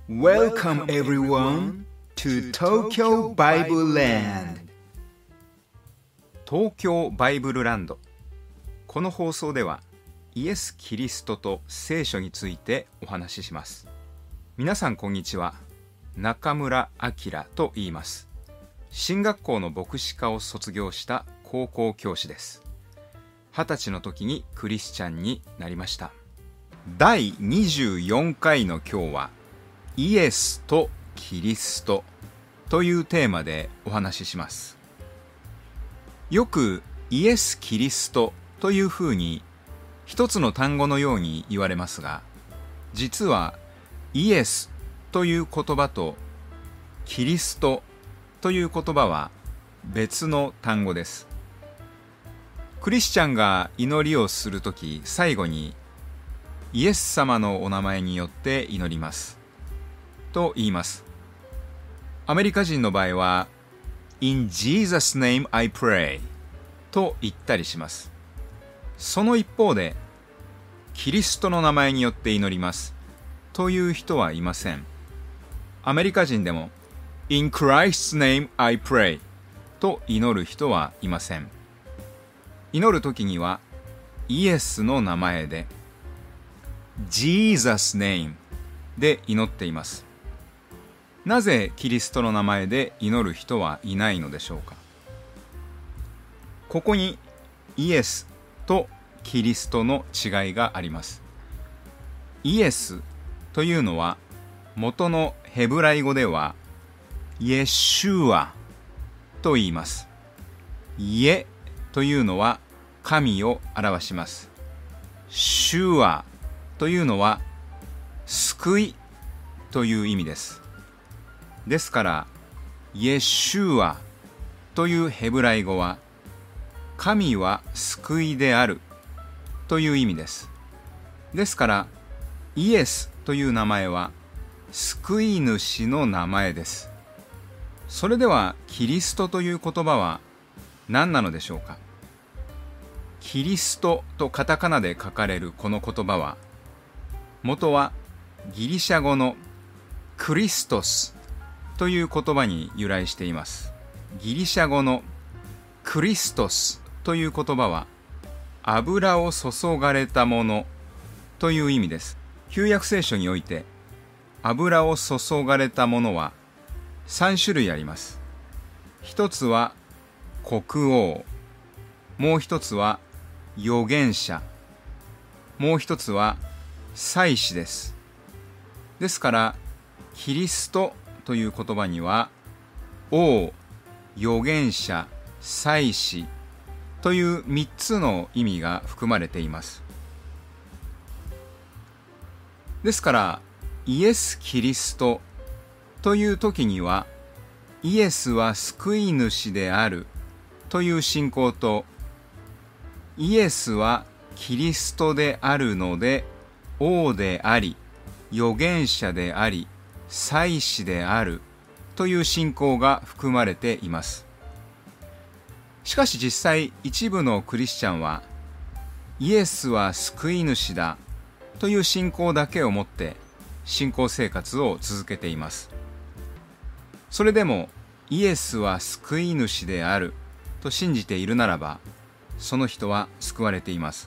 Welcome everyone to Tokyo Bible Land. 東京バイブルランド。この放送ではイエス・キリストと聖書についてお話しします。皆さんこんにちは。中村明と言います。進学校の牧師科を卒業した高校教師です。20歳の時にクリスチャンになりました。第24回の今日はイエスとキリストというテーマでお話しします。よくイエス・キリストというふうに一つの単語のように言われますが、実はイエスという言葉とキリストという言葉は別の単語です。クリスチャンが祈りをするとき、最後にイエス様のお名前によって祈りますと言います。アメリカ人の場合は In Jesus' name I pray と言ったりします。その一方でキリストの名前によって祈りますという人はいません。アメリカ人でも In Christ's name I pray と祈る人はいません。祈るときにはイエスの名前で Jesus' name で祈っています。なぜキリストの名前で祈る人はいないのでしょうか。ここにイエスとキリストの違いがあります。イエスというのは元のヘブライ語ではイエシュアと言います。イエというのは神を表します。シュアというのは救いという意味です。ですからイエシュアというヘブライ語は神は救いであるという意味です。ですからイエスという名前は救い主の名前です。それではキリストという言葉は何なのでしょうか。キリストとカタカナで書かれるこの言葉は元はギリシャ語のクリストスという言葉に由来しています。ギリシャ語のクリストスという言葉は油を注がれたものという意味です。旧約聖書において油を注がれたものは3種類あります。一つは国王、もう一つは預言者、もう一つは祭司です。ですからキリストという言葉には王、預言者、祭司という3つの意味が含まれています。ですからイエス・キリストという時にはイエスは救い主であるという信仰とイエスはキリストであるので王であり預言者であり祭司であるという信仰が含まれています。しかし実際一部のクリスチャンはイエスは救い主だという信仰だけを持って信仰生活を続けています。それでもイエスは救い主であると信じているならばその人は救われています。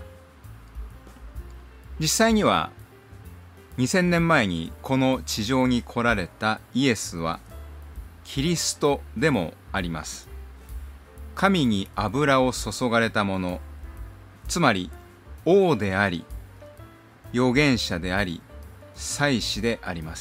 実際には2000年前にこの地上に来られたイエスはキリストでもあります。神に油を注がれたもの、つまり王であり預言者であり祭司であります。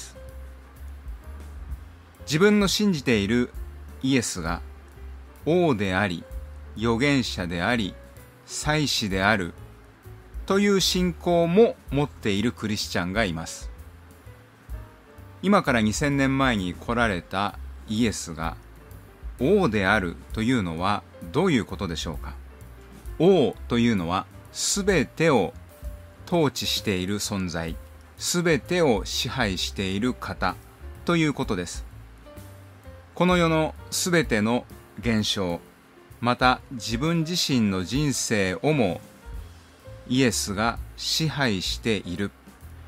自分の信じているイエスが王であり預言者であり祭司であるという信仰も持っているクリスチャンがいます。今から2000年前に来られたイエスが王であるというのはどういうことでしょうか。王というのはすべてを統治している存在、すべてを支配している方ということです。この世のすべての現象、また自分自身の人生をもイエスが支配している。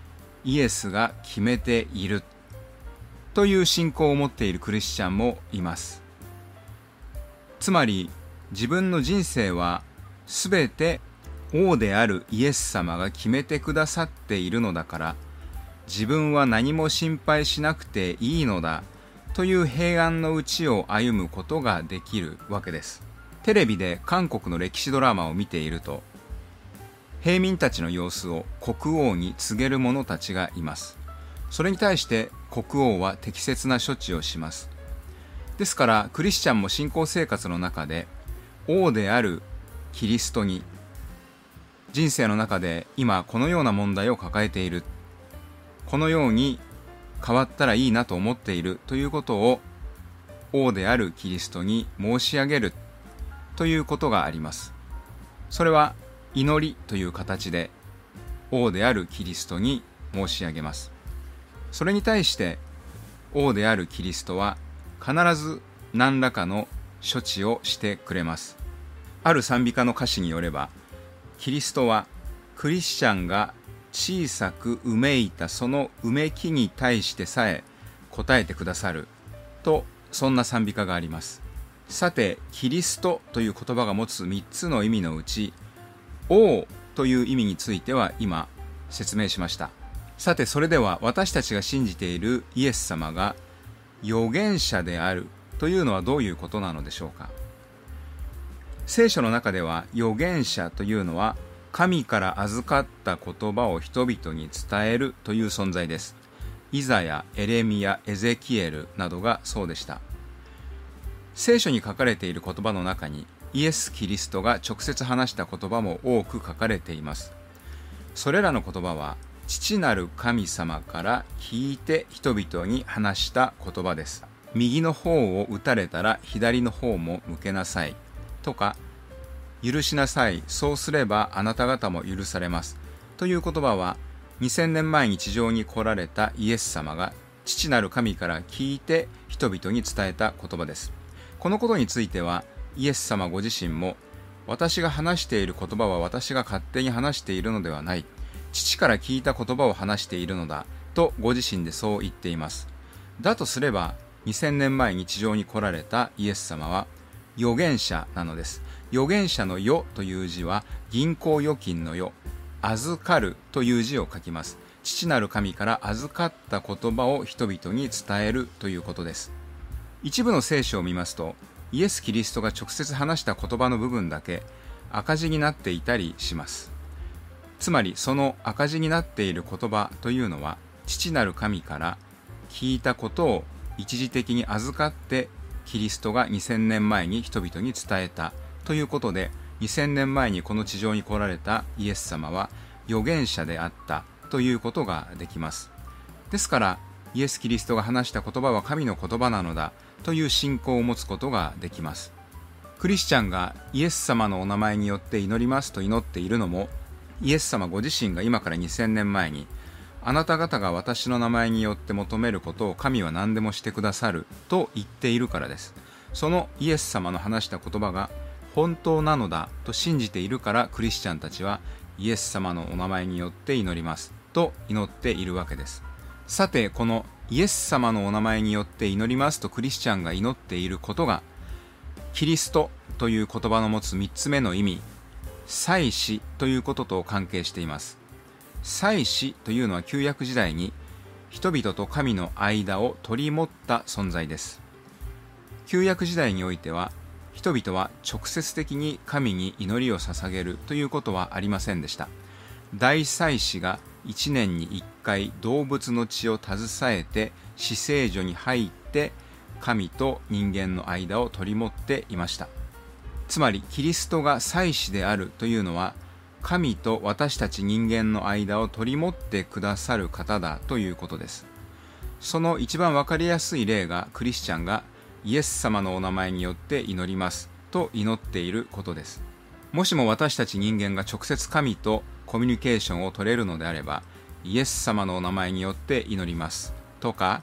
イエスが決めているという信仰を持っているクリスチャンもいます。つまり自分の人生はすべて王であるイエス様が決めてくださっているのだから、自分は何も心配しなくていいのだという平安のうちを歩むことができるわけです。テレビで韓国の歴史ドラマを見ていると、平民たちの様子を国王に告げる者たちがいます。それに対して国王は適切な処置をします。ですからクリスチャンも信仰生活の中で王であるキリストに、人生の中で今このような問題を抱えている、このように変わったらいいなと思っているということを王であるキリストに申し上げるということがあります。それは祈りという形で王であるキリストに申し上げます。それに対して王であるキリストは必ず何らかの処置をしてくれます。ある賛美歌の歌詞によれば、キリストはクリスチャンが小さくうめいたそのうめきに対してさえ答えてくださると、そんな賛美歌があります。さて、キリストという言葉が持つ3つの意味のうち、王という意味については今説明しました。さて、それでは私たちが信じているイエス様が預言者であるというのはどういうことなのでしょうか。聖書の中では預言者というのは神から預かった言葉を人々に伝えるという存在です。イザヤ、エレミヤ、エゼキエルなどがそうでした。聖書に書かれている言葉の中にイエス・キリストが直接話した言葉も多く書かれています。それらの言葉は父なる神様から聞いて人々に話した言葉です。右の方を打たれたら左の方も向けなさいとか、許しなさい、そうすればあなた方も許されますという言葉は、2000年前に地上に来られたイエス様が父なる神から聞いて人々に伝えた言葉です。このことについてはイエス様ご自身も、私が話している言葉は私が勝手に話しているのではない、父から聞いた言葉を話しているのだとご自身でそう言っています。だとすれば2000年前に地上に来られたイエス様は預言者なのです。預言者の預という字は銀行預金の預、預かるという字を書きます。父なる神から預かった言葉を人々に伝えるということです。一部の聖書を見ますと、イエス・キリストが直接話した言葉の部分だけ赤字になっていたりします。つまりその赤字になっている言葉というのは、父なる神から聞いたことを一時的に預かってキリストが2000年前に人々に伝えたということで、2000年前にこの地上に来られたイエス様は預言者であったということができます。ですからイエス・キリストが話した言葉は神の言葉なのだという信仰を持つことができます。クリスチャンがイエス様のお名前によって祈りますと祈っているのも、イエス様ご自身が今から2000年前に、あなた方が私の名前によって求めることを神は何でもしてくださると言っているからです。そのイエス様の話した言葉が本当なのだと信じているから、クリスチャンたちはイエス様のお名前によって祈りますと祈っているわけです。さて、このイエス様のお名前によって祈りますとクリスチャンが祈っていることが、キリストという言葉の持つ3つ目の意味、祭司ということと関係しています。祭司というのは旧約時代に人々と神の間を取り持った存在です。旧約時代においては人々は直接的に神に祈りを捧げるということはありませんでした。大祭司が1年に1回動物の血を携えて至聖所に入って神と人間の間を取り持っていました。つまりキリストが祭司であるというのは、神と私たち人間の間を取り持ってくださる方だということです。その一番わかりやすい例が、クリスチャンがイエス様のお名前によって祈りますと祈っていることです。もしも私たち人間が直接神とコミュニケーションを取れるのであれば、イエス様のお名前によって祈りますとか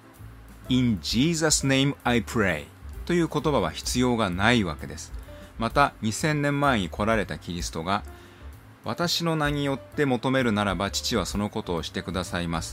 In Jesus' name I pray という言葉は必要がないわけです。また2000年前に来られたキリストが、私の名によって求めるならば父はそのことをしてくださいます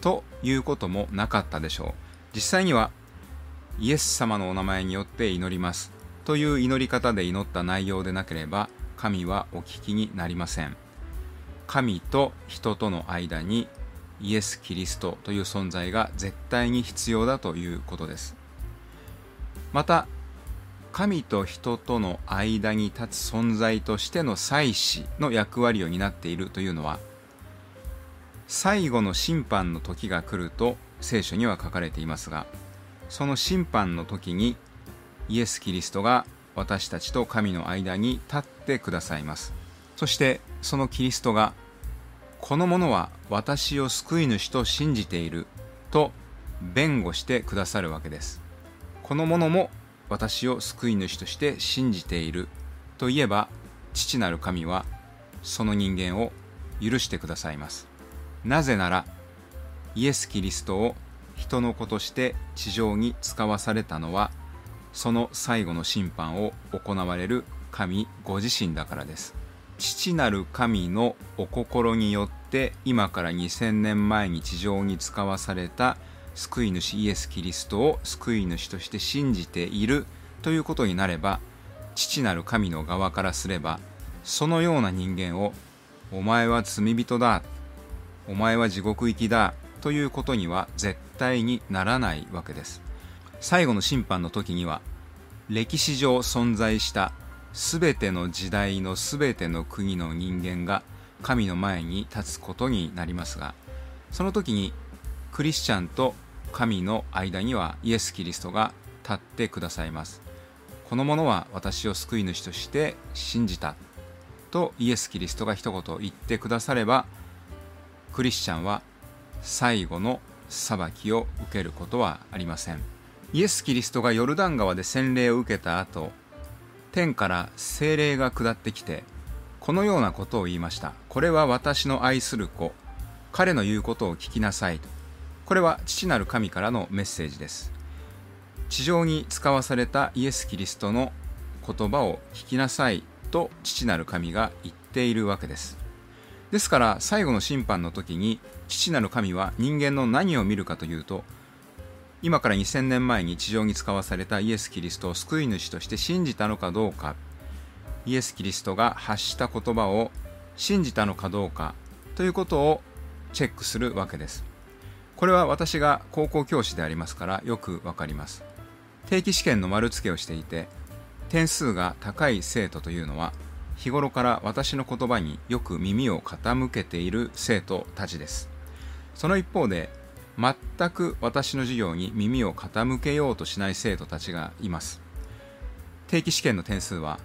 ということもなかったでしょう。実際にはイエス様のお名前によって祈りますという祈り方で祈った内容でなければ神はお聞きになりません。神と人との間にイエス・キリストという存在が絶対に必要だということです。また神と人との間に立つ存在としての祭司の役割を担っているというのは、最後の審判の時が来ると聖書には書かれていますが、その審判の時にイエス・キリストが私たちと神の間に立ってくださいます。そしてそのキリストが、この者は私を救い主と信じていると弁護してくださるわけです。この者も私を救い主として信じていると言えば、父なる神はその人間を許してくださいます。なぜならイエス・キリストを人の子として地上に使わされたのは、その最後の審判を行われる神ご自身だからです。父なる神のお心によって今から2000年前に地上に使わされた救い主イエス・キリストを救い主として信じているということになれば、父なる神の側からすれば、そのような人間をお前は罪人だ、お前は地獄行きだということには絶対にならないわけです。最後の審判の時には、歴史上存在したすべての時代のすべての国の人間が神の前に立つことになりますが、その時にクリスチャンと神の間にはイエス・キリストが立ってくださいます。この者は私を救い主として信じたとイエス・キリストが一言言ってくだされば、クリスチャンは最後の裁きを受けることはありません。イエス・キリストがヨルダン川で洗礼を受けた後、天から聖霊が下ってきてこのようなことを言いました。これは私の愛する子、彼の言うことを聞きなさい。これは父なる神からのメッセージです。地上に使わされたイエス・キリストの言葉を聞きなさいと父なる神が言っているわけです。ですから最後の審判の時に父なる神は人間の何を見るかというと、今から2000年前に地上に使わされたイエス・キリストを救い主として信じたのかどうか、イエス・キリストが発した言葉を信じたのかどうかということをチェックするわけです。これは私が高校教師でありますからよくわかります。定期試験の丸付けをしていて、点数が高い生徒というのは日頃から私の言葉によく耳を傾けている生徒たちです。その一方で全く私の授業に耳を傾けようとしない生徒たちがいます。定期試験の点数は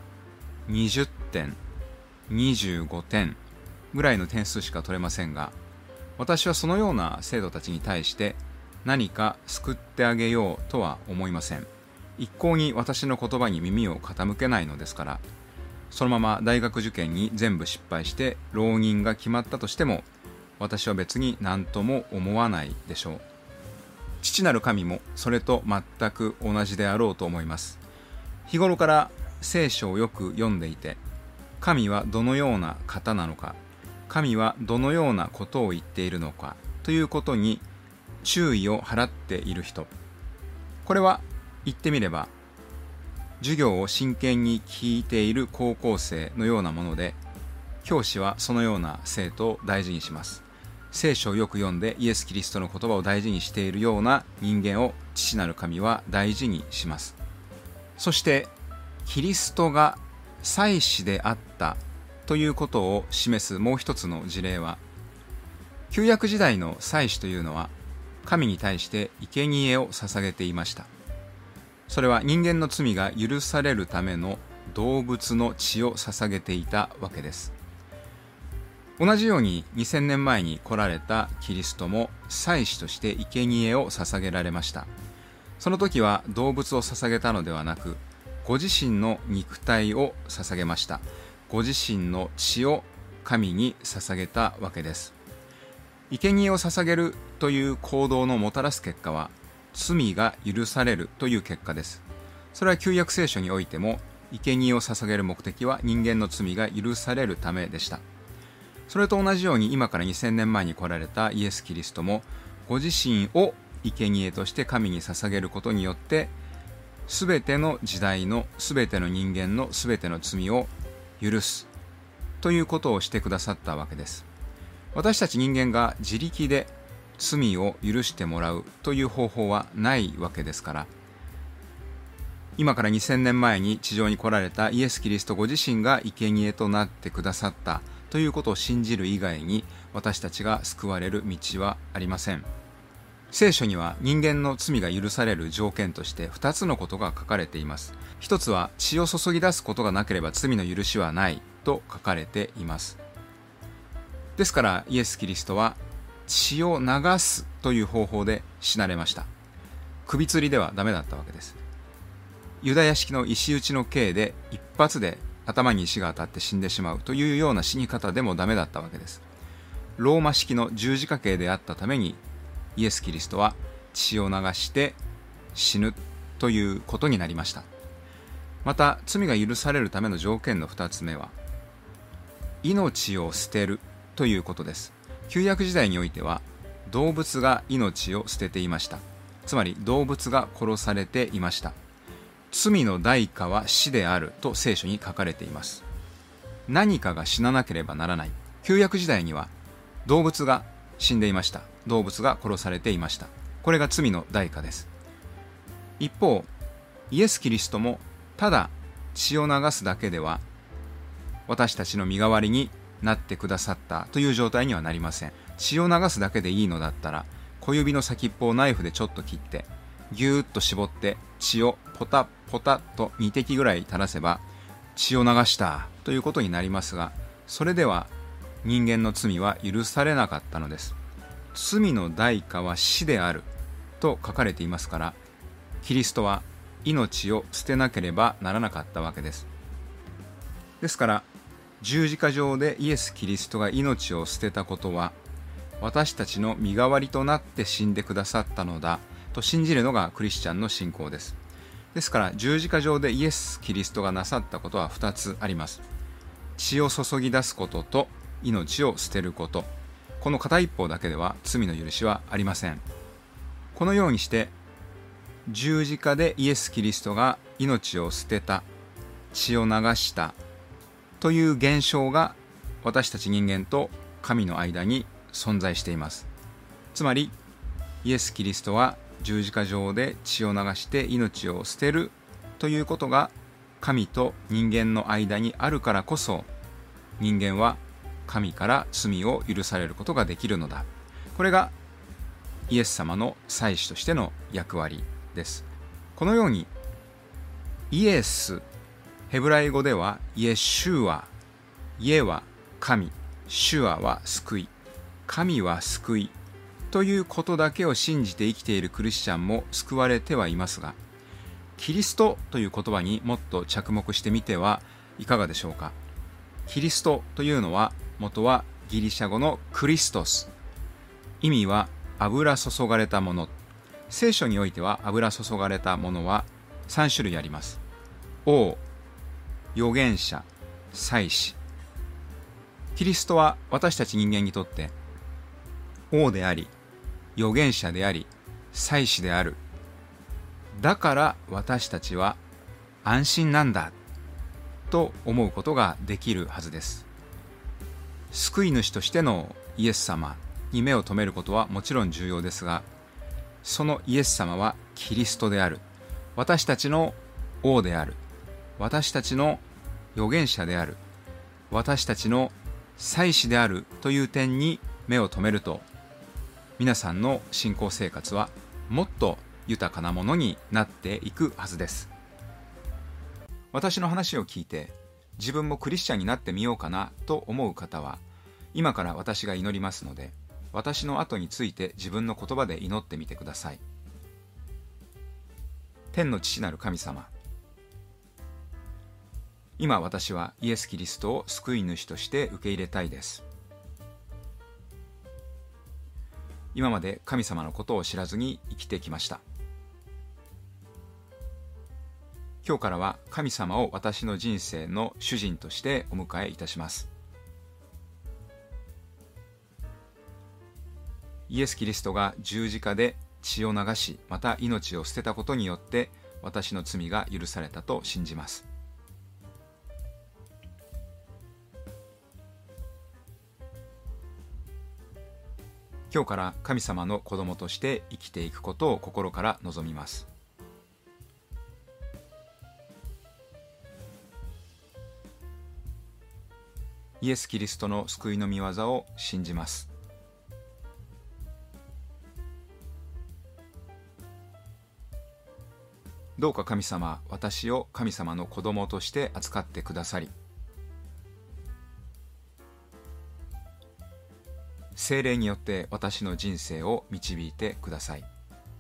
20点、25点ぐらいの点数しか取れませんが、私はそのような生徒たちに対して何か救ってあげようとは思いません。一向に私の言葉に耳を傾けないのですから、そのまま大学受験に全部失敗して浪人が決まったとしても、私は別に何とも思わないでしょう。父なる神もそれと全く同じであろうと思います。日頃から聖書をよく読んでいて、神はどのような方なのか、神はどのようなことを言っているのかということに注意を払っている人、これは言ってみれば授業を真剣に聞いている高校生のようなもので、教師はそのような生徒を大事にします。聖書をよく読んでイエス・キリストの言葉を大事にしているような人間を父なる神は大事にします。そしてキリストが祭司であったということを示すもう一つの事例は、旧約時代の祭司というのは神に対して生贄を捧げていました。それは人間の罪が許されるための動物の血を捧げていたわけです。同じように2000年前に来られたキリストも祭司として生贄を捧げられました。その時は動物を捧げたのではなく、ご自身の肉体を捧げました。ご自身の血を神に捧げたわけです。生贄を捧げるという行動のもたらす結果は、罪が許されるという結果です。それは旧約聖書においても、生贄を捧げる目的は人間の罪が許されるためでした。それと同じように今から2000年前に来られたイエス・キリストも、 ご自身を生贄として神に捧げることによって、すべての時代のすべての人間のすべての罪を許すということをしてくださったわけです。私たち人間が自力で罪を許してもらうという方法はないわけですから、今から2000年前に地上に来られたイエス・キリストご自身が生贄となってくださったということを信じる以外に、私たちが救われる道はありません。聖書には人間の罪が許される条件として2つのことが書かれています。一つは血を注ぎ出すことがなければ罪の許しはないと書かれています。ですからイエス・キリストは血を流すという方法で死なれました。首吊りではダメだったわけです。ユダヤ式の石打ちの刑で一発で頭に石が当たって死んでしまうというような死に方でもダメだったわけです。ローマ式の十字架刑であったために、イエス・キリストは血を流して死ぬということになりました。また罪が許されるための条件の2つ目は、命を捨てるということです。旧約時代においては動物が命を捨てていました。つまり動物が殺されていました。罪の代価は死であると聖書に書かれています。何かが死ななければならない。旧約時代には動物が死んでいました。動物が殺されていました。これが罪の代価です。一方、イエス・キリストもただ血を流すだけでは私たちの身代わりになってくださったという状態にはなりません。血を流すだけでいいのだったら、小指の先っぽをナイフでちょっと切ってぎゅーっと絞って血をポタポタと2滴ぐらい垂らせば血を流したということになりますが、それでは人間の罪は許されなかったのです。罪の代価は死であると書かれていますから、キリストは命を捨てなければならなかったわけです。ですから十字架上でイエス・キリストが命を捨てたことは、私たちの身代わりとなって死んでくださったのだと信じるのがクリスチャンの信仰です。ですから十字架上でイエス・キリストがなさったことは2つあります。血を注ぎ出すことと命を捨てること。この片一方だけでは罪の許しはありません。このようにして十字架でイエス・キリストが命を捨てた、血を流したという現象が私たち人間と神の間に存在しています。つまりイエス・キリストは十字架上で血を流して命を捨てるということが神と人間の間にあるからこそ、人間は神から罪を許されることができるのだ。これがイエス様の祭司としての役割です。このようにイエス、ヘブライ語ではイエシュア、イエは神、シュアは救い、神は救いということだけを信じて生きているクリスチャンも救われてはいますが、キリストという言葉にもっと着目してみてはいかがでしょうか。キリストというのは元はギリシャ語のクリストス、意味は油注がれたもの。聖書においては油注がれたものは3種類あります。王、預言者、祭司。キリストは私たち人間にとって王であり、預言者であり、祭司である。だから私たちは安心なんだと思うことができるはずです。救い主としてのイエス様に目を留めることはもちろん重要ですが、そのイエス様はキリストである。私たちの王である。私たちの預言者である。私たちの祭司であるという点に目を留めると、皆さんの信仰生活はもっと豊かなものになっていくはずです。私の話を聞いて自分もクリスチャンになってみようかなと思う方は、今から私が祈りますので、私の後について自分の言葉で祈ってみてください。天の父なる神様、今私はイエス・キリストを救い主として受け入れたいです。今まで神様のことを知らずに生きてきました。今日からは神様を私の人生の主人としてお迎えいたします。 イエス・キリストが十字架で血を流し、また命を捨てたことによって私の罪が許されたと信じます。今日から神様の子供として生きていくことを心から望みます。イエス・キリストの救いの御業を信じます。どうか神様、私を神様の子供として扱ってくださり、聖霊によって私の人生を導いてください。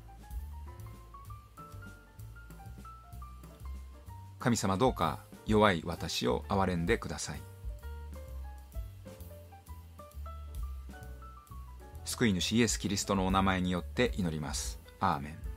神様、どうか弱い私を憐れんでください。救い主イエス・キリストのお名前によって祈ります。アーメン。